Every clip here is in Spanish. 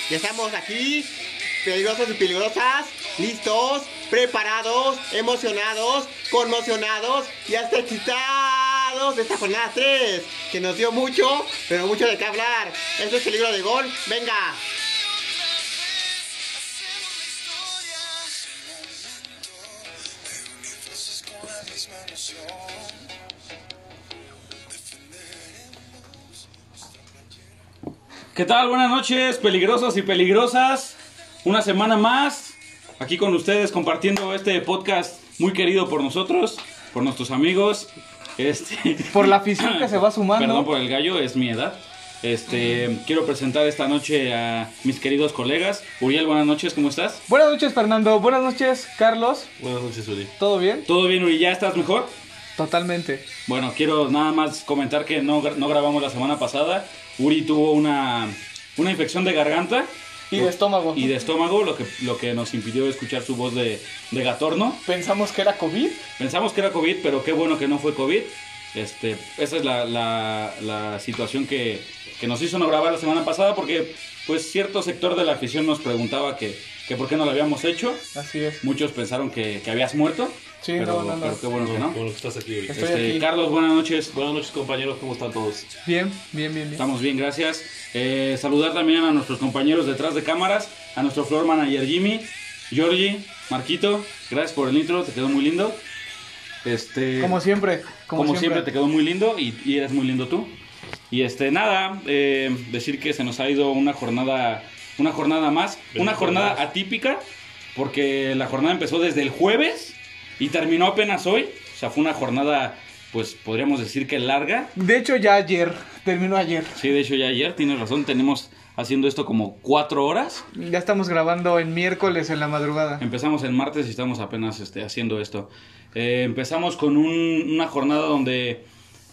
Ya estamos aquí, peligrosos y peligrosas, listos, preparados, emocionados, conmocionados y hasta excitados de esta jornada 3, que nos dio mucho, pero mucho de qué hablar. Esto es Peligro de Gol, venga. ¿Qué tal? Buenas noches, peligrosos y peligrosas. Una semana más, aquí con ustedes compartiendo este podcast muy querido por nosotros, por nuestros amigos. Por la afición que se va sumando. Perdón por el gallo, es mi edad. Quiero presentar esta noche a mis queridos colegas. Uriel, buenas noches, ¿cómo estás? Buenas noches, Fernando. Buenas noches, Carlos. Buenas noches, Uri. ¿Todo bien? ¿Todo bien, Uri? ¿Ya estás mejor? Totalmente. Bueno, quiero nada más comentar que no grabamos la semana pasada. Uri tuvo una infección de garganta. Y de estómago. Y de estómago, lo que nos impidió escuchar su voz de gatorno. Pensamos que era COVID. Pensamos que era COVID, pero qué bueno que no fue COVID. Esa es la situación que nos hizo no grabar la semana pasada, porque pues cierto sector de la afición nos preguntaba que por qué no lo habíamos hecho. Así es. Muchos pensaron que habías muerto. Sí, pero, no. pero qué bueno que no. Bueno, que estás aquí, Uri. Estoy aquí. Carlos, buenas noches. Buenas noches, compañeros. ¿Cómo están todos? Bien. Estamos bien, gracias. Saludar también a nuestros compañeros detrás de cámaras, a nuestro floor manager Jimmy, Georgie, Marquito. Gracias por el intro, te quedó muy lindo. Como siempre. Como siempre te quedó muy lindo y eres muy lindo tú. Y decir que se nos ha ido una jornada más, una jornada atípica, porque la jornada empezó desde el jueves y terminó apenas hoy. O sea, fue una jornada, pues podríamos decir que larga. De hecho, terminó ayer. Sí, de hecho ya ayer, tienes razón, tenemos haciendo esto como 4 horas. Ya estamos grabando en miércoles en la madrugada. Empezamos el martes y estamos apenas haciendo esto. Empezamos con una jornada donde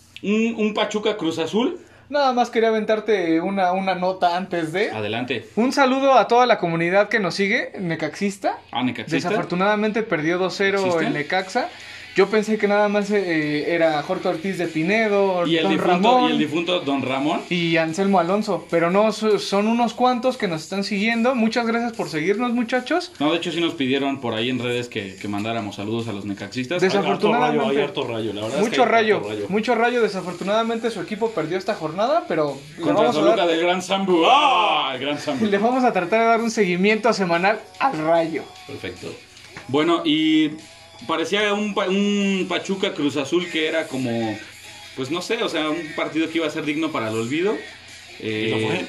un Pachuca Cruz Azul. Nada más quería aventarte una nota antes de... Adelante. Un saludo a toda la comunidad que nos sigue, necaxista. Necaxista. Desafortunadamente perdió 2-0 ¿Existe? el Necaxa. Yo pensé que nada más era Jorge Ortiz de Pinedo, Y el difunto Don Ramón. Y Anselmo Alonso. Pero no, son unos cuantos que nos están siguiendo. Muchas gracias por seguirnos, muchachos. No, de hecho sí nos pidieron por ahí en redes que mandáramos saludos a los necaxistas. Desafortunadamente. Hay harto rayo, la verdad. Mucho rayo. Desafortunadamente su equipo perdió esta jornada, pero Contra Toluca del Gran Sambu. ¡Ah! El Gran Sambu. le vamos a tratar de dar un seguimiento semanal al Rayo. Perfecto. Bueno, y parecía un Pachuca Cruz Azul que era como, pues no sé, o sea, un partido que iba a ser digno para el olvido. ¿Y no fue?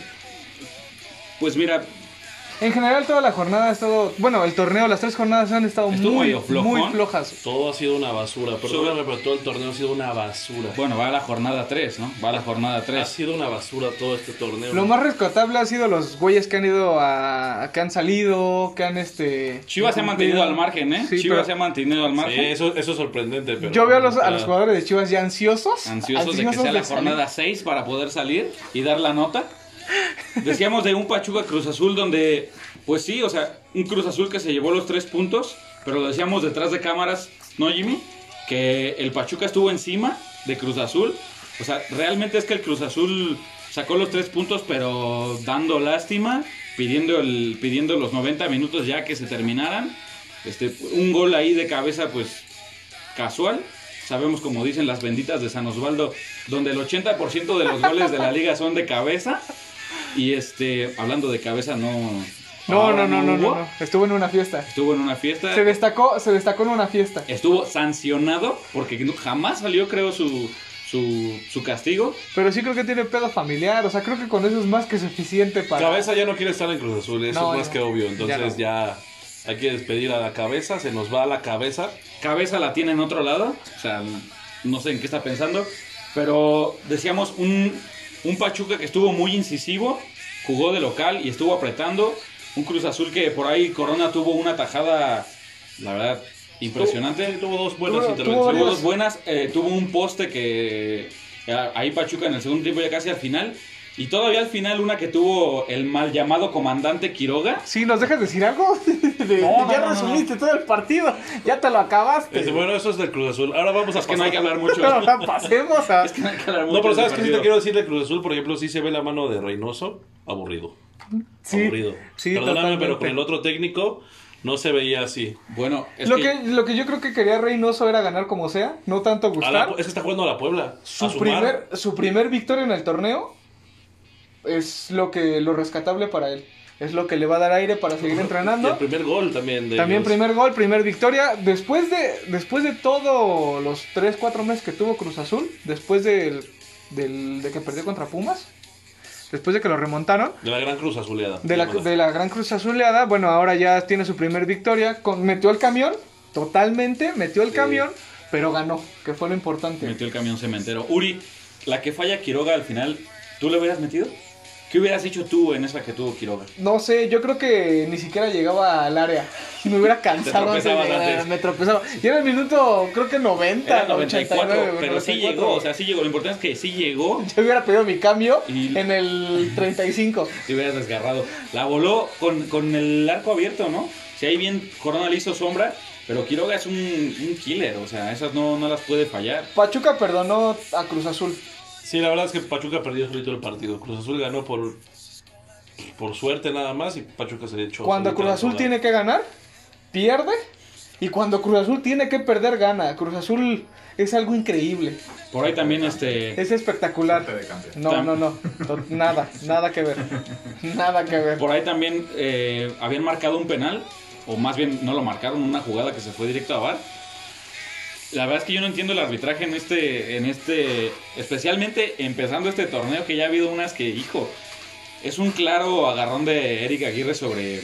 Pues mira, En general toda la jornada ha estado... Bueno, el torneo, las 3 jornadas han estado Estuvo muy medio flojón. flojas. Todo ha sido una basura. Perdóname, pero todo el torneo ha sido una basura. bueno, va a la jornada 3, ¿no? Va a la jornada Ha 3. sido una basura todo este torneo. Lo más rescatable ha sido los güeyes que han ido que han salido, que han Chivas se ha mantenido al margen, ¿eh? Sí, Chivas pero- se ha mantenido al Sí, margen. eso es sorprendente. Pero Yo veo a los jugadores de Chivas ya ansiosos. Ansiosos de que sea la jornada 6 para poder salir y dar la nota. Decíamos de un Pachuca Cruz Azul donde, pues sí, o sea, un Cruz Azul que se llevó los 3 puntos, pero lo decíamos detrás de cámaras, ¿no, Jimmy? Que el Pachuca estuvo encima de Cruz Azul. O sea, realmente es que el Cruz Azul sacó los 3 puntos, pero dando lástima, pidiendo los 90 minutos ya que se terminaran. Un gol ahí de cabeza, pues, casual. Sabemos, como dicen las benditas de San Osvaldo, donde el 80% de los goles de la liga son de cabeza. Y hablando de cabeza, no. No. Estuvo en una fiesta. Estuvo en una fiesta. Se destacó en una fiesta. Estuvo sancionado porque jamás salió, creo, su castigo. Pero sí creo que tiene pedo familiar. O sea, creo que con eso es más que suficiente para... Cabeza ya no quiere estar en Cruz Azul, eso No, es más ya. que obvio. Entonces Ya ya hay que despedir a la cabeza, se nos va a la cabeza. Cabeza la tiene en otro lado. O sea, no sé en qué está pensando. Pero decíamos un Pachuca que estuvo muy incisivo. Jugó de local y estuvo apretando. Un Cruz Azul que por ahí Corona tuvo una tajada, la verdad, impresionante. Tuvo dos buenas Tuvo intervenciones. Tuvo dos buenas. Tuvo un poste que ahí Pachuca en el segundo tiempo ya casi al final. Y todavía al final una que tuvo el mal llamado comandante Quiroga. Sí, ¿nos dejas decir algo? Ya resumiste todo el partido. Ya te lo acabaste. Bueno, eso es del Cruz Azul. Ahora vamos a Es que no hay que hablar mucho. No, pasemos a... Es que no hay que hablar mucho No, pero de ese ¿sabes qué sí te partido. quiero decir de Cruz Azul? Por ejemplo, sí se ve la mano de Reynoso aburrido. Sí, aburrido. sí, Perdóname, totalmente. pero con el otro técnico no se veía así. Bueno, es Lo que yo creo que quería Reynoso era ganar como sea, no tanto gustar. Es que está jugando a la Puebla. a sumar. Su primer victoria en el torneo es lo rescatable para él. Es lo que le va a dar aire para seguir Y entrenando. el primer gol también. También ellos. primer gol, primer victoria. Después de todos los 3-4 meses que tuvo Cruz Azul, después de que perdió contra Pumas, después de que lo remontaron, De la gran cruz azuleada. de la gran Cruz Azuleada, bueno, ahora ya tiene su primer victoria. Metió el camión, totalmente, metió el camión, pero ganó, que fue lo importante. metió el camión cementero. Uri, la que falla Quiroga al final, ¿tú le hubieras metido? ¿Qué hubieras hecho tú en esa que tuvo Quiroga? No sé, yo creo que ni siquiera llegaba al área. Me hubiera cansado antes de tropezabas llegar, antes. me tropezaba. Y era el minuto, creo que 90, Era 94, 89, pero sí 94. llegó, o sea, sí llegó. Lo importante es que sí llegó. Yo hubiera pedido mi cambio Y- en el 35. Te hubieras desgarrado. La voló con el arco abierto, ¿no? Si ahí bien Corona le hizo sombra, pero Quiroga es un killer, o sea, esas no las puede fallar. Pachuca perdonó a Cruz Azul. Sí, la verdad es que Pachuca perdió solito el partido. Cruz Azul ganó por suerte nada más y Pachuca se echó. Cuando solito Cruz la Azul soga. tiene que ganar, pierde. Y cuando Cruz Azul tiene que perder, gana. Cruz Azul es algo increíble. Por ahí también Es espectacular. Suerte de campeón. Nada que ver. Nada que ver. Por ahí también habían marcado un penal, o más bien no lo marcaron, una jugada que se fue directo a VAR. La verdad es que yo no entiendo el arbitraje en este, especialmente empezando este torneo, que ya ha habido unas que, hijo, es un claro agarrón de Eric Aguirre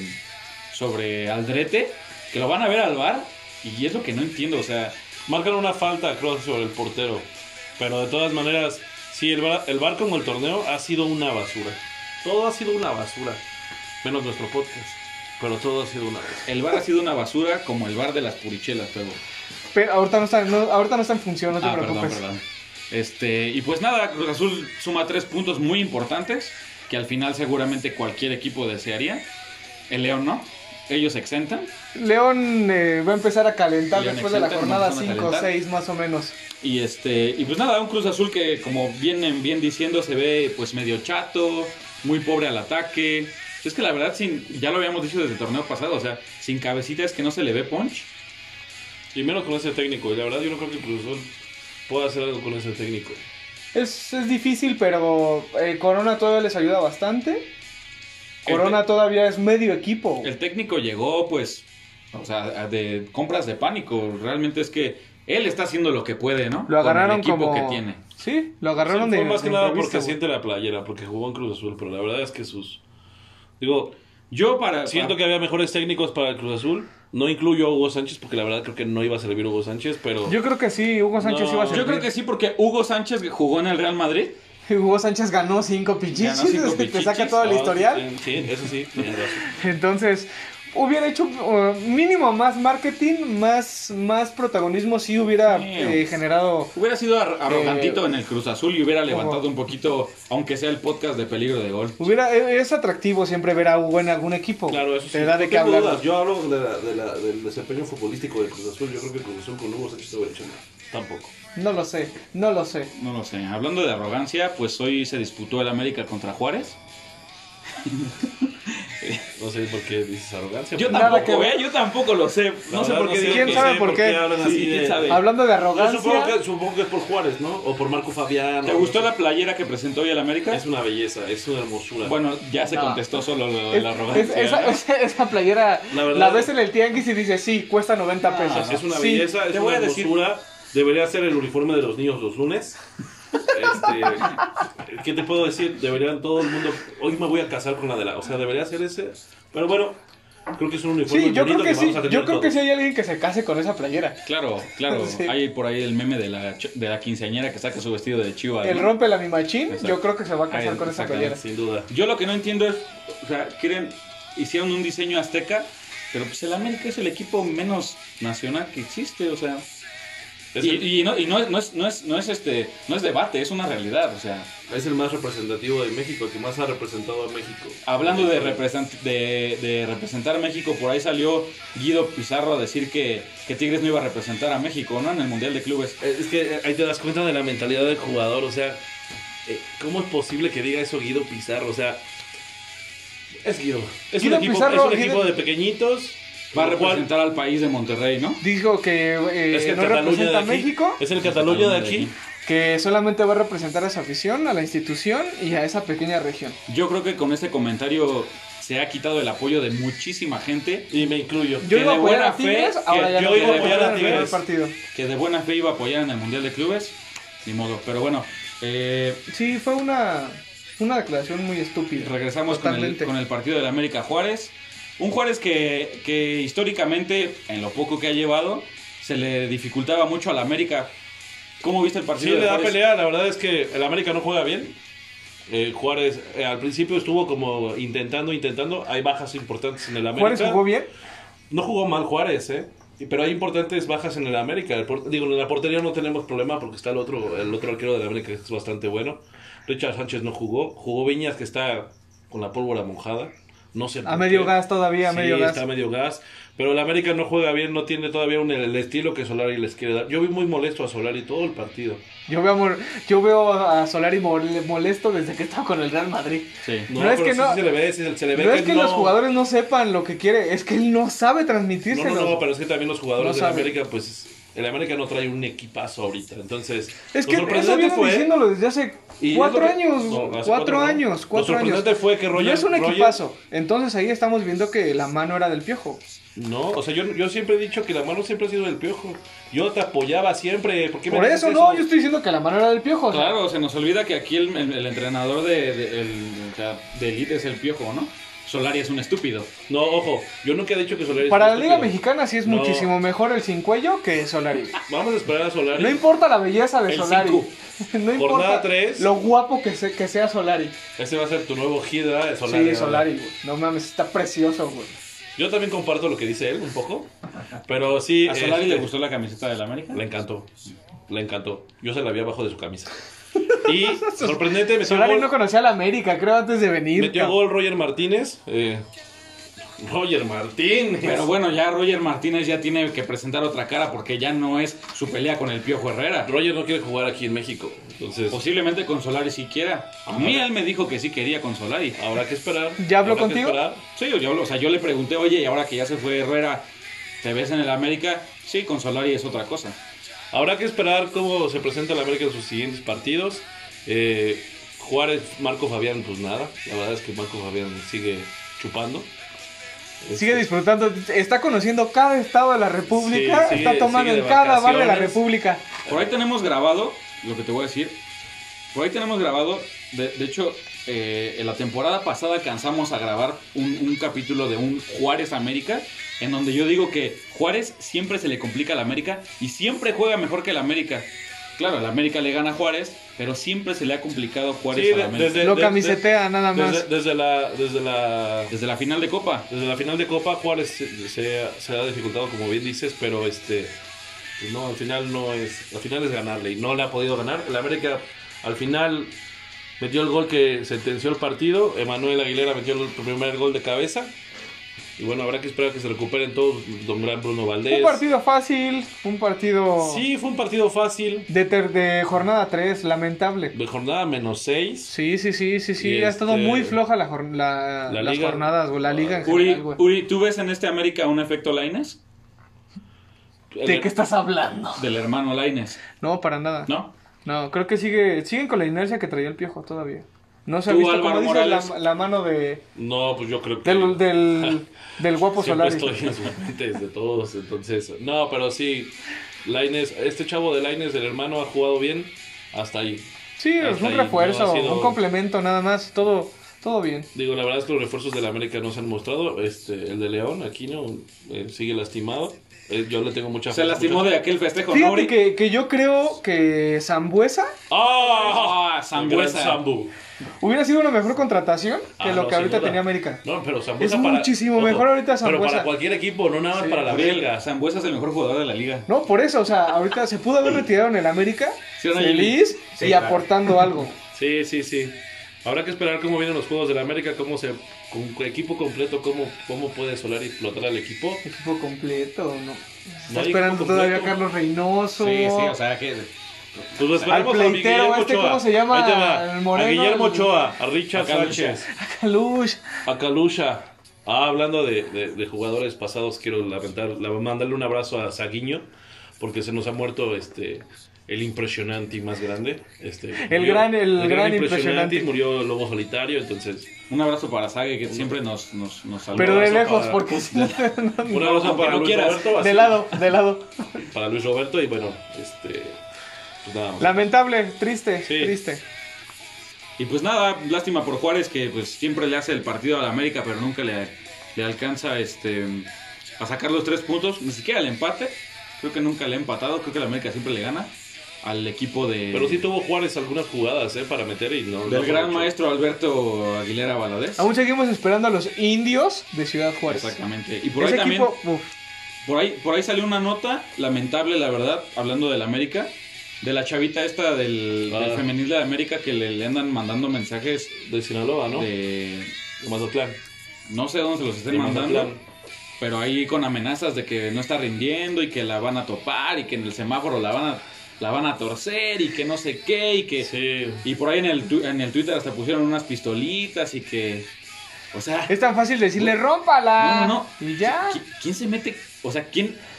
sobre Aldrete, que lo van a ver al VAR, y es lo que no entiendo, o sea, Marcan una falta, creo, sobre el portero. Pero de todas maneras, sí, el VAR como el torneo ha sido una basura. Todo ha sido una basura. Menos nuestro podcast. Pero todo ha sido una basura. el VAR ha sido una basura como el VAR de las purichelas, Pero ahorita no está en función, no te preocupes. Perdón. Y pues nada, Cruz Azul suma 3 puntos muy importantes que al final seguramente cualquier equipo desearía. El León no, ellos se exentan. León va a empezar a calentar León después de la excelente, jornada vamos a 5 o calentar. 6 más o menos. Y pues nada, un Cruz Azul que como vienen bien diciendo se ve pues medio chato, muy pobre al ataque. Es que la verdad, ya lo habíamos dicho desde el torneo pasado, o sea, sin cabecita es que no se le ve punch. Y menos con ese técnico. Y la verdad yo no creo que Cruz Azul pueda hacer algo con ese técnico. Es difícil, pero Corona todavía les ayuda bastante. Corona todavía es medio equipo. El técnico llegó, pues, o sea, de compras de pánico. Realmente es que él está haciendo lo que puede, ¿no? Lo agarraron con el equipo como... que tiene. Sí, lo agarraron Fue de más que nada improviso. porque siente la playera, porque jugó en Cruz Azul. Pero la verdad es que Digo, Yo siento que había mejores técnicos para el Cruz Azul. No incluyo a Hugo Sánchez porque la verdad creo que no iba a servir Hugo Sánchez, pero... Yo creo que sí, Hugo Sánchez No, iba a Yo servir. creo que sí, porque Hugo Sánchez jugó en el Real Madrid. Hugo Sánchez ganó 5 pichichis. Ganó 5 Te pichichis. saca todo el No, historial. Sí, eso sí, tienes razón. Entonces, hubiera hecho mínimo más marketing, más protagonismo, sí hubiera Sí. generado... Hubiera sido arrogantito Eh, en el Cruz Azul y hubiera levantado un poquito, aunque sea el podcast de Peligro de Gol. Es atractivo siempre ver a Hugo en algún equipo. Claro, eso sí. Te da de No qué tengo hablar. dudas. Yo hablo del desempeño futbolístico del Cruz Azul. Yo creo que Cruz Azul con Hugo Sánchez no hubiera hecho nada. Tampoco. No lo sé. No lo sé. Hablando de arrogancia, pues hoy se disputó el América contra Juárez. No sé por qué dices arrogancia. Yo pero- Nada tampoco, que ver. Yo tampoco lo sé. No La sé verdad por qué. ¿Quién no sabe sé por qué? hablan Sí, así quién de... sabe. Hablando de Yo arrogancia... supongo que es por Juárez, ¿no? O por Marco Fabián. ¿Te o- gustó la playera que presentó hoy el América? Es una belleza, es una hermosura. Bueno, ya se No. contestó solo lo de la arrogancia. esa playera La verdad- la ves en el tianguis y dices, sí, cuesta 90 Ah, pesos. es una Sí. belleza, es te una voy a decir- hermosura. Debería ser el uniforme de los niños los lunes. ¿Qué te puedo decir? Deberían todo el mundo... Hoy me voy a casar con la de la... O sea, debería ser ese. Pero bueno, creo que es un uniforme Sí, yo creo bonito que sí. vamos a tener Yo creo que todos. sí hay alguien que se case con esa playera. Claro. Sí. Hay por ahí el meme de la quinceañera que saca su vestido de chiva. El ¿no? rompe la mi machín, Exacto. yo creo que se va a casar Ahí, con esa exactamente. playera. Sin duda. Yo lo que no entiendo es, o sea, hicieron un diseño azteca, pero pues el América es el equipo menos nacional que existe, o sea. Es Y no es debate, es una realidad, o sea. Es el más representativo de México, el que más ha representado a México. Hablando de representar a México, por ahí salió Guido Pizarro a decir que Tigres no iba a representar a México, ¿no? En el Mundial de Clubes. Es que ahí te das cuenta de la mentalidad del jugador, o sea, ¿cómo es posible que diga eso Guido Pizarro? O sea, Es Guido. Es Guido un equipo, Pizarro, es un equipo de pequeñitos. Va a lo cual- representar al país de Monterrey, ¿no? Dijo que Es que no Cataluña representa de a aquí. México, Es el Cataluña de aquí. que solamente va a representar a su afición, a la institución y a esa pequeña región. Yo creo que con este comentario se ha quitado el apoyo de muchísima gente Y me incluyo. Yo Que iba a de apoyar buena a Tigres, fe, ahora que ya yo no iba a quiero apoyar a en el primer Tigres. partido. que de buena fe iba a apoyar en el Mundial de Clubes. Ni modo, pero bueno, Sí, fue una declaración muy estúpida. regresamos Totalmente. con el partido del América Juárez. Un Juárez que históricamente, en lo poco que ha llevado, se le dificultaba mucho al América. ¿Cómo viste el Sí, partido le de da Juárez? pelea. La verdad es que el América no juega bien. Juárez al principio estuvo como intentando. Hay bajas importantes en el América. ¿Juárez jugó bien? No jugó mal Juárez, pero hay importantes bajas en el América. Digo, en la portería no tenemos problema porque está el otro arquero del América que es bastante bueno. Richard Sánchez no jugó. Jugó Viñas, que está con la pólvora mojada. No sé A por medio qué. gas todavía, a Sí, medio gas. está a medio gas. Pero el América no juega bien, no tiene todavía el estilo que Solari les quiere dar. Yo vi muy molesto a Solari todo el partido. Yo veo a Solari molesto desde que estaba con el Real Madrid. Sí. No es pero que sí no- se le ve, se le ve No es que no- los jugadores no sepan lo que quiere, es que él no sabe transmitírselo. No, pero es que también los jugadores No de sabe. América, pues el América no trae un equipazo ahorita. Entonces, Es lo que sorprendente eso viene fue- diciéndolo desde hace y es 4 lo que- años. no, hace 4 ¿no? años, Lo 4 años. sorprendente fue que No Roger es un equipazo. Entonces ahí estamos viendo que la mano era del Piojo. No, o sea, yo siempre he dicho que la mano siempre ha sido del Piojo. Yo te apoyaba siempre. ¿Por qué me Por dices eso no, yo estoy diciendo que la mano era del Piojo. o sea, Claro, se nos olvida que aquí el entrenador de elite es el Piojo, ¿no? Solari es un estúpido. No, ojo, yo nunca he dicho que Solari es Para un la Liga estúpido. Mexicana sí es No. muchísimo mejor el sin cuello que Solari. Vamos a esperar a Solari. No importa la belleza de El Solari. cinco. No importa Jornada 3. lo guapo que sea Solari. Este va a ser tu nuevo Hidra de Solari. Sí, Solari, güey. No mames, está precioso, güey. Yo también comparto lo que dice él un poco. Pero sí. ¿A Solari le gustó la camiseta del América? Le encantó. Le encantó. Yo se la vi abajo de su camisa. Y sorprendente, metió Solari gol, no conocía a la América, creo, antes de venir. metió cabrón. gol Roger Martínez. Roger Martínez. Pero bueno, ya Roger Martínez ya tiene que presentar otra cara porque ya no es su pelea con el Piojo Herrera. Roger no quiere jugar aquí en México. Entonces, Posiblemente con Solari si quiera. A mí él me dijo que sí quería con Solari. habrá que esperar. ¿Ya habló Habrá que contigo? esperar. Sí, yo le pregunté, oye, y ahora que ya se fue Herrera, ¿te ves en el América? Sí, con Solari es otra cosa. Habrá que esperar cómo se presenta el América en sus siguientes partidos. Juárez, Marco Fabián, pues nada. La verdad es que Marco Fabián sigue chupando. Sigue disfrutando, está conociendo cada estado de la República, Sí, está tomando sigue en de cada bar de la vacaciones. República. Por ahí tenemos grabado, lo que te voy a decir, por ahí tenemos grabado, de hecho, en la temporada pasada alcanzamos a grabar un capítulo de un Juárez América, en donde yo digo que Juárez siempre se le complica al América y siempre juega mejor que el América. Claro, el América le gana a Juárez, pero siempre se le ha complicado Juárez Sí, al América. Lo camisetea nada más. Desde la Desde la final de Copa. Desde la final de Copa, Juárez se ha dificultado, como bien dices, pero pues no, al final es ganarle y no le ha podido ganar. El América al final metió el gol que sentenció el partido. Emanuel Aguilera metió el primer gol de cabeza. Y bueno, habrá que esperar que se recuperen todos. Don Gran Bruno Valdés. Un partido fácil, un partido Sí, fue un partido fácil. de jornada 3, lamentable. De jornada -6. Sí, Y ha estado muy floja las liga. jornadas, o la liga en general, güey. Uri, ¿tú ves en este América un efecto Lainez? ¿De qué estás hablando? Del hermano Lainez, No, para nada. ¿no? No, creo que siguen con la inercia que traía el Piojo todavía. No se ha Tú, visto, Álvaro como dices, Morales. la mano No, pues yo creo que del guapo siempre Solari. estoy en sus mentes de todos. Entonces, no, pero sí, Lainez, este chavo de Lainez, el hermano, ha jugado bien hasta ahí. Sí, es Hasta un ahí, refuerzo, no ha sido- un complemento nada más, todo bien. Digo, la verdad es que los refuerzos de la América no se han mostrado. El de León, Aquino, sigue lastimado. Yo le tengo mucha Se lastimó de aquel festejo, ¿no, Fíjate Uri? que yo creo que Zambuesa ¡Ah! Sambuesa. Sambu. hubiera sido una mejor contratación que lo No, que sin ahorita duda. tenía América. No, pero Sambuesa Es muchísimo mejor ahorita Pero Sambuesa. para cualquier equipo, no nada más Sí. para la Uri, belga. Sambuesa es el mejor jugador de la liga. No, por eso, o sea, ahorita se pudo haber retirado en el América, Sí, no, feliz sí, y claro. aportando algo. Sí. Habrá que esperar cómo vienen los juegos de la América, con equipo completo, cómo puede Solari explotar al equipo. Equipo completo, ¿no? Está hay esperando equipo todavía a completo. Carlos Reynoso. Sí, o sea que Pues esperamos Al a pleitero, Guillermo este, Ochoa. ¿cómo se llama? Ahí te va. El moreno, A Guillermo el- Ochoa, a Richard A Calusha. Sánchez, Calush. a Calusha. Hablando de jugadores pasados, quiero mandarle un abrazo a Saguiño, porque se nos ha muerto el impresionante y más grande. El gran impresionante. Murió Lobo Solitario, entonces Un abrazo para Sague, que siempre nos saluda. Pero de abrazo lejos, para- porque si no, un abrazo aunque para no Luis quieras. Roberto. así, de lado. Para Luis Roberto y bueno, pues nada más. Lamentable, triste, Sí. triste. Y pues nada, lástima por Juárez, que pues siempre le hace el partido a la América, pero nunca le alcanza a sacar los 3 puntos, ni siquiera el empate. Creo que nunca le ha empatado, creo que la América siempre le gana al equipo Pero sí tuvo Juárez algunas jugadas para meter y no. del no gran aprovechó. maestro Alberto Aguilera Valadez. Aún seguimos esperando a los indios de Ciudad Juárez. Exactamente. Y por ahí Ese también, equipo, uf, por ahí salió una nota lamentable, la verdad, hablando del América, de la chavita esta del femenil de América, que le andan mandando mensajes De Sinaloa, ¿no? de Mazatlán. no sé dónde se los estén De mandando, Mazatlán. pero ahí con amenazas de que no está rindiendo y que la van a topar y que en el semáforo la van a torcer y que no sé qué y que Sí. y por ahí en el Twitter hasta pusieron unas pistolitas y que, o sea, es tan fácil decirle rómpala. no. Y ya. ¿Quién se mete? O sea,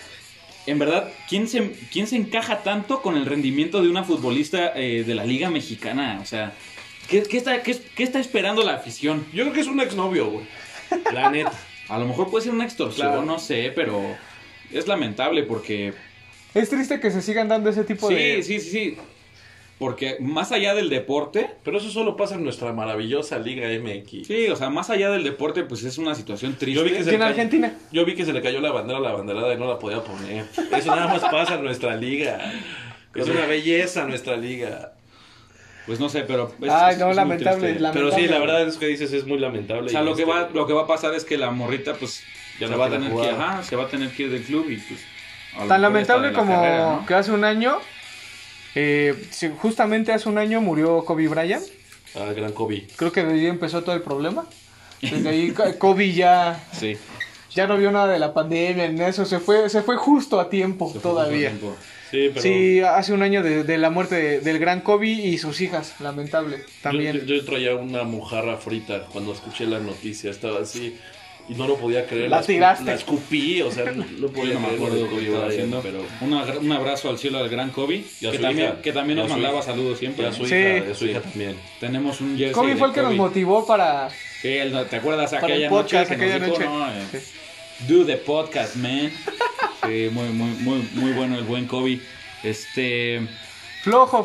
en verdad, ¿quién se encaja tanto con el rendimiento de una futbolista de la Liga Mexicana? O sea, ¿qué está esperando la afición? Yo creo que es un exnovio, güey. La neta. A lo mejor puede ser una extorsión, Claro. no sé, pero es lamentable porque... Es triste que se sigan dando ese tipo de... Sí. Porque más allá del deporte... Pero eso solo pasa en nuestra maravillosa Liga MX. Sí, o sea, más allá del deporte, pues es una situación triste. Yo vi que ¿Y en Argentina? Yo vi que se le cayó la bandera a la banderada y no la podía poner. Eso nada más pasa en nuestra liga. Es una belleza nuestra liga. Pues no sé, pero... Ay, no, muy lamentable, triste. lamentable. Pero sí, la verdad es que dices es muy lamentable. O sea, y lo que va a pasar es que la morrita, pues, Ya se no va a quiere tener que, jugar. se va a tener que ir del club y pues... a lo Tan mejor lamentable hasta de como la carrera, ¿no? que hace un año, justamente hace un año murió Kobe Bryant. Ah, gran Kobe. Creo que de ahí empezó todo el problema. Desde ahí Kobe ya Sí. no vio nada de la pandemia, en eso se fue justo a tiempo se fue todavía. poco tiempo. Sí, pero Sí, hace un año de la muerte del gran Kobe y sus hijas, lamentable también. yo traía una mojarra frita cuando escuché la noticia. Estaba así y no lo podía creer. La tiraste. La escupí, o sea, no Yo podía no me creer lo acuerdo de lo que Kobe estaba Bryant, haciendo. pero Un abrazo al cielo al gran Kobe, Y a que su también, hija. que también Y a nos su mandaba hija. saludos y siempre. a su Sí. hija, a su Sí. hija también. Tenemos un jersey Kobe de fue el que nos Kobe. motivó para... Sí, ¿te acuerdas Para el aquella podcast, noche que aquella nos dijo, noche. no? Sí. Do the podcast, man. Sí, muy bueno el buen Kobe. Flojo.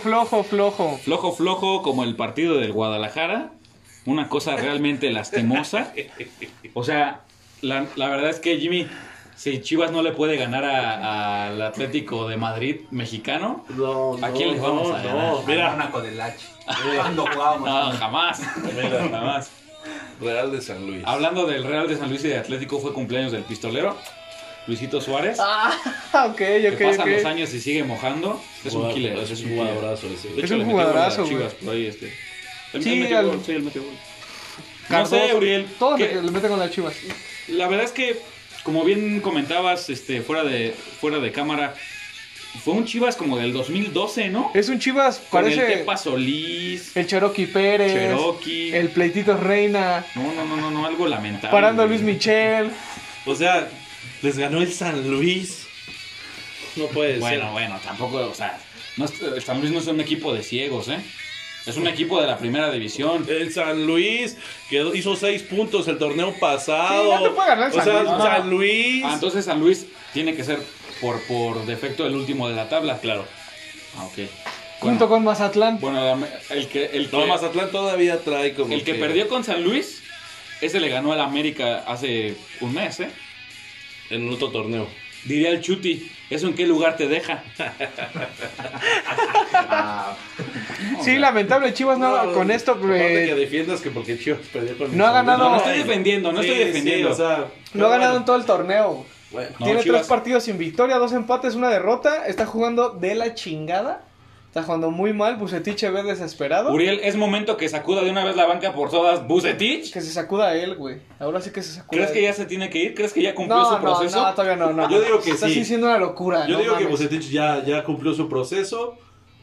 Flojo como el partido del Guadalajara. Una cosa realmente lastimosa. O sea, la verdad es que Jimmy, si Chivas no le puede ganar al Atlético de Madrid mexicano, No, ¿a quién les vamos a ganar? no, mira, Mónaco del H. Cuando jugábamos. no, jamás. Mira. Jamás. Real de San Luis. Hablando del Real de San Luis y de Atlético, fue cumpleaños del pistolero, Luisito Suárez. Ok, Que ok, pasan ok. los años y sigue mojando. Es un killer. Es un jugadorazo ese. De Es hecho, un le metió gol a jugadorazo, las güey. Chivas por ahí, Él Sí, metió al- gol, sí, él metió gol. No Cardoso, sé, Uriel. Todos ¿qué? le meten con las Chivas. La verdad es que, como bien comentabas, fuera de cámara, fue un Chivas como del 2012, ¿no? Es un Chivas, Con el parece Tepa Solís, el Cherokee Pérez, Cherokee. el Pleititos Reina, No, algo lamentable. parando a Luis güey. Michel. O sea, les ganó el San Luis. No puede ser. Bueno, tampoco, o sea, el San Luis no es un equipo de ciegos, ¿eh? Es un equipo de la primera división. El San Luis hizo 6 puntos el torneo pasado. Sí, no te puede ganar el o San sea, Luis, no. San Luis. Entonces San Luis tiene que ser por defecto el último de la tabla. Claro. Ok. Junto con Mazatlán. Bueno, el que No, Mazatlán todavía trae como. el que perdió con San Luis, ese le ganó al América hace un mes, ¿eh? En otro torneo. Diría el Chuti, ¿eso en qué lugar te deja? Sí, lamentable, Chivas no, con esto Aparte que defiendas que porque Chivas perdió con el no ha San Luis. ganado- No estoy defendiendo, no estoy defendiendo. o sea, no ha ganado en todo el torneo. bueno. No, Tiene Chivas- 3 partidos sin victoria, 2 empates, 1 derrota. Está jugando de la chingada. Está jugando muy mal. Bucetich se ve desesperado. Uriel, es momento que sacuda de una vez la banca por todas Bucetich. Que se sacuda a él, güey. Ahora sí que se sacuda. ¿Crees a que él. ya se tiene que ir? ¿Crees que ya cumplió No, su proceso? no, todavía no. Yo digo que Estás sí. diciendo una locura. Yo no digo que mames. Bucetich ya cumplió su proceso.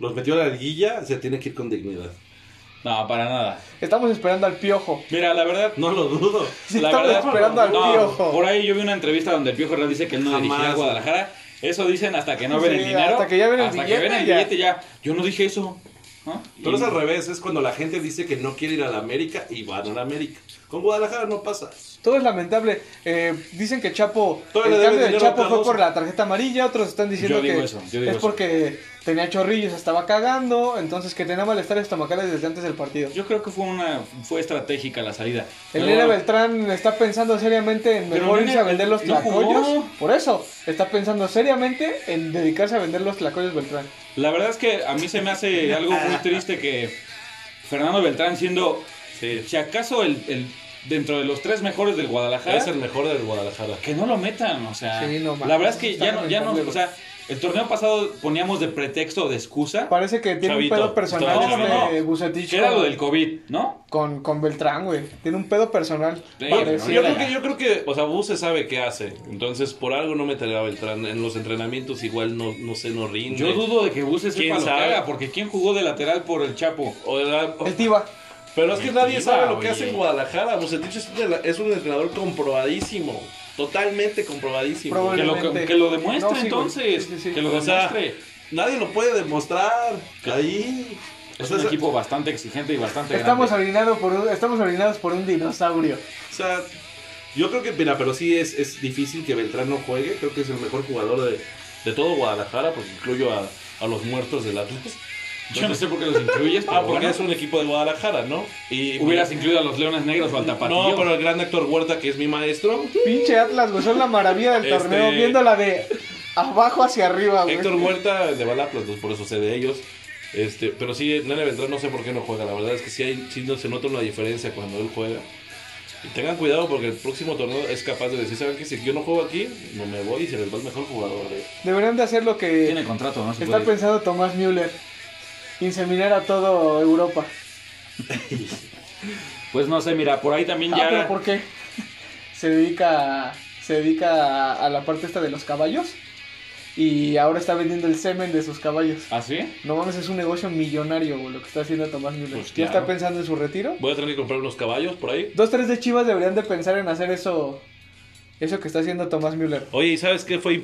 los metió a la liguilla, se tiene que ir con dignidad. No, para nada. Estamos esperando al Piojo. Mira, la verdad, No lo dudo. Sí, la estamos verdad, esperando al no, Piojo. por ahí yo vi una entrevista donde el Piojo Herrera dice que él no Jamás. dirigirá a Guadalajara. Eso dicen hasta que no ven Sí, el dinero. hasta que ya ven el hasta que billete, ven el ya. billete ya. Yo no dije eso. ¿no? Pero es al revés, es cuando la gente dice que no quiere ir a la América y van a la América. Con Guadalajara no pasa. Todo es lamentable. Dicen que Chapo, Todavía el le cambio debe de dinero a Chapo fue Cardoso. por la tarjeta amarilla, otros están diciendo Yo digo que eso, yo digo es eso. porque tenía chorrillos, estaba cagando, entonces que tenía malestar estomacales desde antes del partido. Yo creo que fue estratégica la salida. El Pero Nene bueno, Beltrán está pensando seriamente en Pero mejor Nene irse a vender los no jugó. tlacoyos. Por eso, está pensando seriamente en dedicarse a vender los tlacoyos Beltrán. La verdad es que a mí se me hace algo muy triste que Fernando Beltrán siendo, Sí. si acaso dentro de los 3 mejores del Guadalajara, Es el mejor del Guadalajara. que no lo metan, o sea, Sí, no mames, la verdad es que está ya no, lamentable. o sea, el torneo pasado poníamos de pretexto o de excusa Parece que tiene Chavito, un pedo personal no, no, este Bucetich que era con- lo del COVID, ¿no? con Beltrán, güey. Tiene un pedo personal. Sí, parece. pero Yo creo que, o sea, Buse sabe qué hace. Entonces, por algo no metería a Beltrán. En los entrenamientos igual no rinde. Yo dudo de que Buse sepa ¿Quién lo que sabe? haga, porque ¿quién jugó de lateral por el Chapo? El Tiva. Pero es que nadie Mentira, sabe lo que oye. hace en Guadalajara. Bucetich es un entrenador comprobadísimo. Totalmente comprobadísimo. Probablemente. Que lo demuestre No, sí, güey. entonces, Sí, sí, sí. que lo O sea, demuestre. nadie lo puede demostrar. Ahí. Es O sea, un equipo bastante exigente y bastante Estamos grande. orinados por un dinosaurio. O sea, yo creo que, mira, pero sí es difícil que Beltrán no juegue. Creo que es el mejor jugador de todo Guadalajara, porque incluyo a los muertos del Atlas. Yo no sé por qué los incluyes, pero Porque bueno, es un equipo de Guadalajara, ¿no? Y hubieras incluido a los Leones Negros o al Tapatío. No, pero el gran Héctor Huerta, que es mi maestro. Pinche Atlas, güey. Son la maravilla del Este- torneo. Viéndola de abajo hacia arriba, güey. Héctor Huerta de Balaplas, pues por eso sé de ellos. Pero sí, Nene Beltrán no sé por qué no juega. La verdad es que sí no se nota una diferencia cuando él juega. Y tengan cuidado porque el próximo torneo es capaz de decir, ¿saben qué? Si yo no juego aquí, no me voy y se les va el mejor jugador. Deberían de hacer lo que Tiene contrato, ¿no? Se está puede. pensando Tomás Müller. Inseminar a todo Europa. Pues no sé, mira, por ahí también Ah, pero ya... ¿por qué? Se dedica a la parte esta de los caballos. Y ahora está vendiendo el semen de sus caballos. ¿Ah, sí? No mames, es un negocio millonario, güey, lo que está haciendo Tomás Müller. Pues ¿Ya claro. está pensando en su retiro? Voy a tener que comprar unos caballos por ahí. 2-3 de Chivas deberían de pensar en hacer eso que está haciendo Tomás Müller. Oye, ¿y sabes qué fue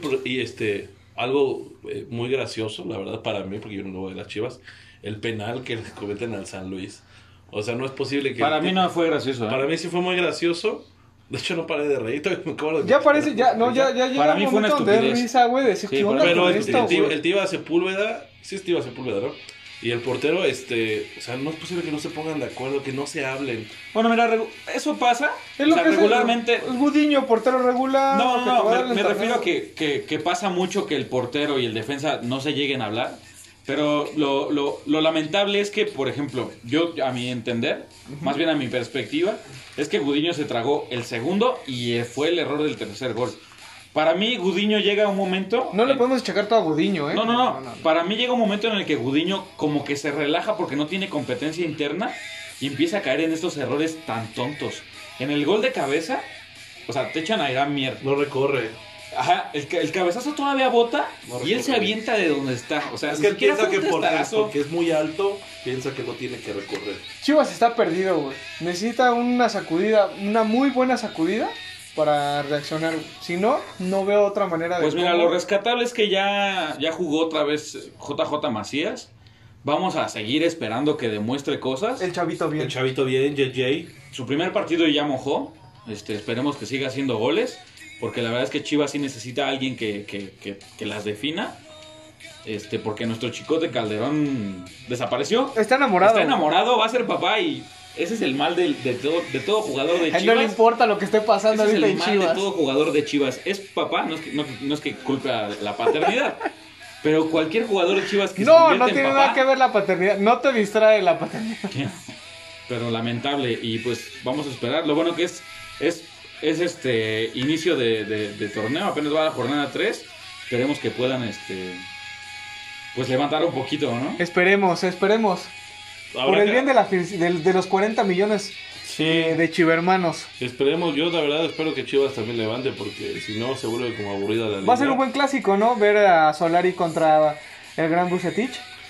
algo muy gracioso, la verdad, para mí, porque yo no lo voy de las Chivas? El penal que le cometen al San Luis. O sea, no es posible que... Para mí no fue gracioso, ¿eh? Para mí sí fue muy gracioso. De hecho, no paré de reír. Todavía me acabo de- Ya parece, ya llega Para un mí fue una momento donde es estupidez. risa, güey, de decir, Sí, ¿qué onda Pero con el esto, güey? Tiva Sepúlveda, sí es Tiva Sepúlveda, ¿no? Y el portero, o sea, no es posible que no se pongan de acuerdo, que no se hablen. Bueno, mira, eso pasa. Es lo o sea, que es regularmente... el Gudiño, portero regular. No, que te va a no, dar el me refiero a torneo. que pasa mucho que el portero y el defensa no se lleguen a hablar. Pero lo lamentable es que, por ejemplo, yo a mi entender, más bien a mi perspectiva, es que Gudiño se tragó el segundo y fue el error del tercer gol. Para mí, Gudiño llega a un momento... No le podemos checar todo a Gudiño, ¿eh? No. Para mí llega un momento en el que Gudiño como que se relaja porque no tiene competencia interna y empieza a caer en estos errores tan tontos. En el gol de cabeza, o sea, te echan a Irán Mier. No recorre. Ajá, el cabezazo todavía bota No y él se recorre. avienta de donde está. O sea, Es ni que él siquiera piensa fue que un testarazo. porque es muy alto, piensa que no tiene que recorrer. Chivas está perdido, güey. Necesita una sacudida, una muy buena sacudida para reaccionar. Si no, no veo otra manera de... Pues mira, cómo- lo rescatable es que ya jugó otra vez JJ Macías. Vamos a seguir esperando que demuestre cosas. El chavito bien. El chavito bien, JJ. Su primer partido ya mojó. Esperemos que siga haciendo goles. Porque la verdad es que Chivas sí necesita a alguien que las defina. Porque nuestro chicote Calderón desapareció. Está enamorado. Está enamorado, va a ser papá y ese es el mal de todo jugador de A él Chivas. no le importa lo que esté pasando Ese es ahorita el en mal de Chivas. todo jugador de Chivas. Es papá, no es que culpe a la paternidad. Pero cualquier jugador de Chivas que se No, convierte no en tiene papá, nada que ver la paternidad. No te distrae la paternidad. pero lamentable. Y pues vamos a esperar. Lo bueno que es inicio de torneo. Apenas va a la jornada 3. Esperemos que puedan pues levantar un poquito, ¿no? Esperemos. Por el bien de los 40 millones de chivermanos. Esperemos, yo la verdad espero que Chivas también levante, porque si no se vuelve como aburrida la liga. Va a ser un buen clásico, ¿no? Ver a Solari contra el gran Bucetich.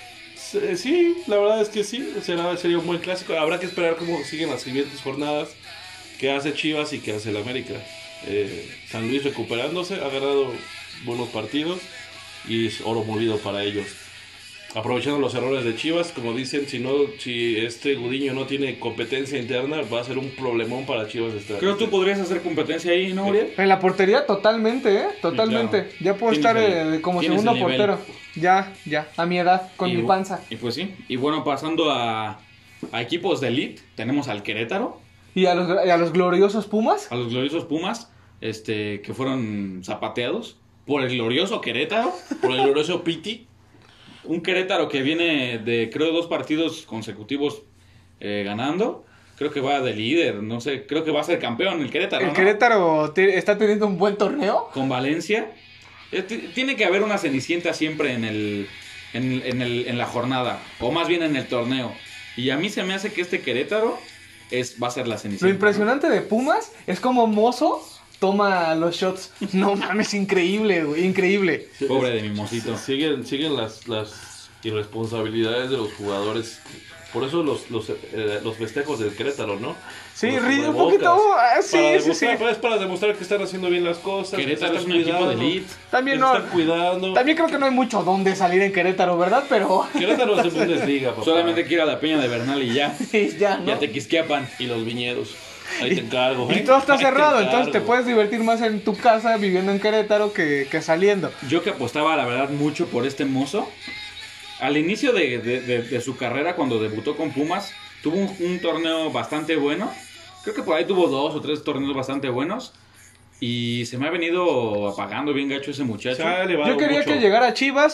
Sí, la verdad es que sí, sería un buen clásico. Habrá que esperar cómo siguen las siguientes jornadas, qué hace Chivas y qué hace el América. San Luis recuperándose, ha ganado buenos partidos y es oro molido para ellos. Aprovechando los errores de Chivas, como dicen, si este Gudiño no tiene competencia interna, va a ser un problemón para Chivas. Creo que tú podrías hacer competencia ahí, ¿no, Uriel? En la portería totalmente, totalmente. Sí, claro. Ya puedo estar como tienes segundo el nivel. portero. Ya, a mi edad, con mi panza. Y pues sí. Y bueno, pasando a equipos de elite, tenemos al Querétaro. Y a los gloriosos Pumas. A los gloriosos Pumas, que fueron zapateados por el glorioso Querétaro. Por el glorioso Piti. Un Querétaro que viene de, creo, 2 partidos consecutivos ganando. Creo que va de líder, no sé, creo que va a ser campeón el Querétaro. El ¿no? Querétaro está teniendo un buen torneo. Con Valencia. Tiene que haber una cenicienta siempre en la jornada, o más bien en el torneo. Y a mí se me hace que este Querétaro va a ser la cenicienta. Lo impresionante de Pumas es como Mozo toma los shots. No mames, increíble, güey, increíble. Pobre de mi mocito. Siguen las irresponsabilidades de los jugadores. Por eso los festejos del Querétaro, ¿no? Sí, Los ríe un cubrebocas. poquito. Sí. Es para demostrar que están haciendo bien las cosas. Querétaro que es se un están equipo de cuidando, elite. También que no. se están cuidando. También creo que no hay mucho donde salir en Querétaro, ¿verdad? Pero Querétaro es de Bundesliga, papá. Solamente quiero a la Peña de Bernal y ya. sí, ya, ¿no? Ya te quisqueapan. Y los viñedos. Ahí te encargo. Y todo está Ahí te cerrado, entonces te encargo. puedes divertir más en tu casa viviendo en Querétaro que saliendo. Yo que apostaba, la verdad, mucho por este mozo. Al inicio de su carrera, cuando debutó con Pumas, tuvo un torneo bastante bueno. Creo que por ahí tuvo 2 o 3 torneos bastante buenos. Y se me ha venido apagando bien gacho ese muchacho. Se ha elevado Yo quería mucho. que llegara a Chivas,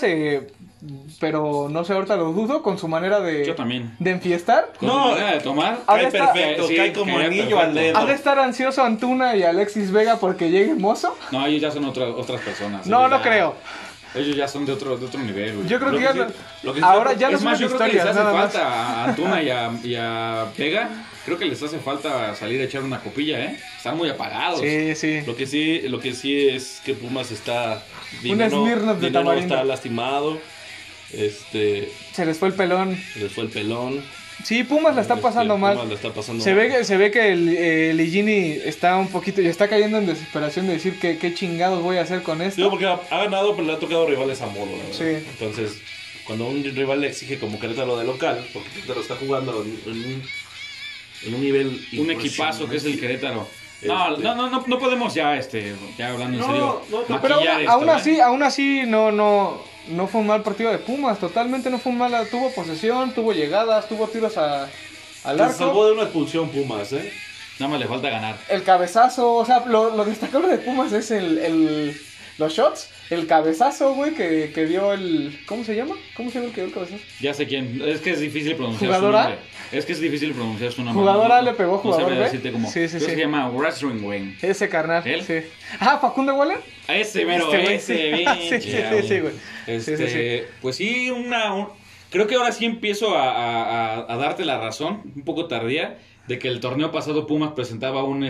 pero no sé, ahorita lo dudo con su manera Yo también. de enfiestar. Con No, su manera de tomar. Ahora Cae está- perfecto, Sí, cae como cae anillo perfecto. al dedo. ¿Ha de estar ansioso Antuna y Alexis Vega porque llegue Mozo? No, ellos ya son otras personas. No, Ellos no ya- creo. Ellos ya son de otro nivel, güey. Yo creo Lo que que ya sí- no- lo que sí- ahora ya no Es más, son yo creo que les historias, hace nada más. falta a Antuna y a Vega. Creo que les hace falta salir a echar una copilla, ¿eh? Están muy apagados. Sí. Lo que sí es que Pumas está... Smirnoff de Dinero tamarindo. está lastimado. Se les fue el pelón. Les fue el pelón. Sí, Pumas la está pasando mal. Pumas la está pasando Se mal. ve que el Ligini está un poquito, y está cayendo en desesperación de decir que qué chingados voy a hacer con esto. Digo, porque ha ganado, pero le ha tocado rivales a modo, la verdad. Sí. Entonces, cuando un rival le exige como Querétaro de local, porque Querétaro está jugando en un nivel Un equipazo que es el Querétaro. No podemos ya hablando en serio. Pero maquillar esto, aún así no fue un mal partido de Pumas, totalmente no fue un mal, tuvo posesión, tuvo llegadas, tuvo tiros al Se salvó arco. de una expulsión Pumas, ¿eh? Nada más le falta ganar. El cabezazo, o sea, lo destacable de Pumas es los shots, el cabezazo, güey, que dio el... ¿Cómo se llama? ¿Cómo se llama el que dio el cabezazo? Ya sé quién. Es que es difícil pronunciar ¿Jugador A? su nombre. Es que es difícil pronunciar su nombre. ¿Jugador A le pegó No jugador sabría B? decirte cómo. Sí, Creo que se llama Wrestling Wing. Ese carnal, ¿Él? sí. Ah, ¿Facundo Waller? Ese mero, Este güey, ese, sí. bien. Sí, güey. Sí. Pues sí, creo que ahora sí empiezo a darte la razón, un poco tardía, de que el torneo pasado Pumas presentaba una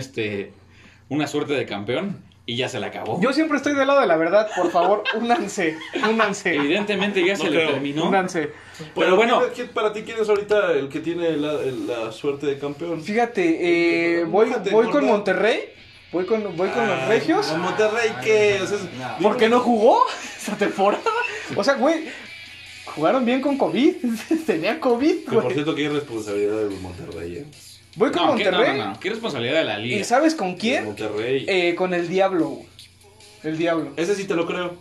suerte de campeón y ya se le acabó. Yo siempre estoy del lado de la verdad, por favor, únanse. Evidentemente ya No se le creo. terminó. Únanse. Pero bueno, Para ti, ¿quién es ahorita el que tiene la suerte de campeón? Fíjate, voy Mójate, con gorda. Monterrey, voy con los Regios. ¿A Monterrey qué? O sea, ¿Por qué no jugó esa temporada? O sea, güey, jugaron bien con COVID. Tenía COVID, Que por güey. cierto, qué irresponsabilidad de Monterrey, ¿eh? Voy con no, Monterrey. no. Qué responsabilidad de la liga. ¿Y sabes con De quién? Monterrey. Con el Diablo, güey. El Diablo. Ese sí te lo creo.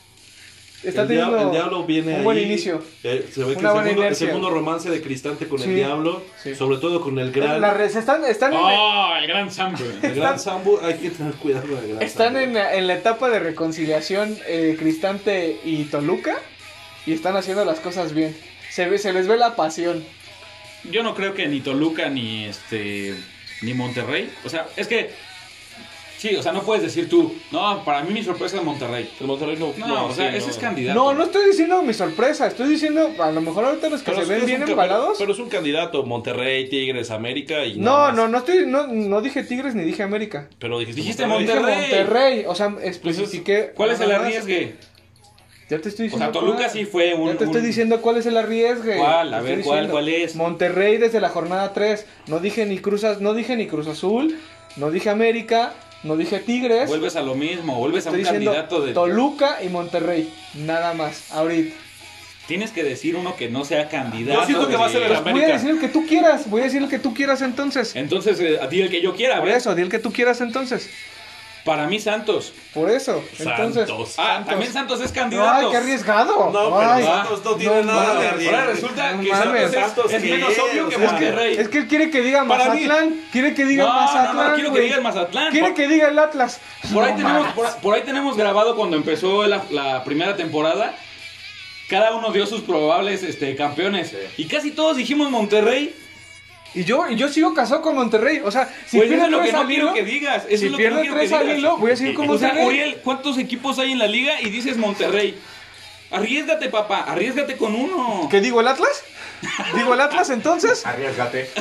Está el teniendo Diablo viene un ahí. buen inicio. Se ve que Una buena el inercia. segundo romance de Cristante con Sí, el Diablo, sí. sobre todo con el gran, Están ¡Oh, el gran Sambo! el gran Sambu. Hay que tener cuidado con el gran Están Sambu. en la etapa de reconciliación Cristante y Toluca y están haciendo las cosas bien. Se les ve la pasión. Yo no creo que ni Toluca ni Monterrey. O sea, es que sí, o sea, no puedes decir tú, no, para mí mi sorpresa es Monterrey. El Monterrey No, o sea, sí, ese no. es candidato. No estoy diciendo mi sorpresa, estoy diciendo a lo mejor ahorita los que Pero se ven es bien un embalados. Pero es un candidato. Monterrey, Tigres, América y No, nada más. no dije Tigres ni dije América. Pero dijiste Dijiste Dije Monterrey. Monterrey, o sea, especifiqué. ¿Cuál es el nada más. arriesgue? Ya te estoy O diciendo. sea, Toluca cuál. sí fue un... Ya te estoy un- diciendo cuál es el arriesgue. ¿Cuál? A Te ver, estoy ¿cuál? diciendo. ¿Cuál es? Monterrey desde la jornada 3. No dije ni Cruz Azul, no dije América, no dije Tigres. Vuelves a lo mismo, vuelves a Estoy un diciendo candidato de... Toluca y Monterrey. Nada más, ahorita. Tienes que decir uno que no sea candidato. Yo siento que va a ser el de- América. Voy a decir el que tú quieras. Voy a decir el que tú quieras entonces. Entonces, a ti el que yo quiera, Por ¿ves? eso, di el que tú quieras entonces. Para mí Santos. Por eso. Entonces. Santos. Ah, también Santos es candidato. Ay, qué arriesgado. No, pero Ay, Santos no tiene nada de arriesgue. Ahora resulta No que mames. Santos es menos ¿qué? obvio que O sea, Monterrey. Es que él quiere que diga Para mí- Mazatlán. Quiere que diga No, Mazatlán. no, no, quiero que güey. diga el Mazatlán. Quiere que diga el Atlas. Por ahí, No tenemos, mames. por ahí tenemos grabado cuando empezó la primera temporada. Cada uno dio sus probables campeones. Y casi todos dijimos Monterrey. Y yo sigo casado con Monterrey. O sea, si Pues eso pierde es lo que 3 no al quiero hilo, que digas. Eso si es lo que no pierde quiero que 3 al digas. hilo, voy a seguir con O sea, Monterrey. Uriel, ¿cuántos equipos hay en la liga? Y dices Monterrey. Arriésgate, papá. Arriésgate con uno. ¿Qué digo, el Atlas? ¿Digo el Atlas entonces? Arriesgate.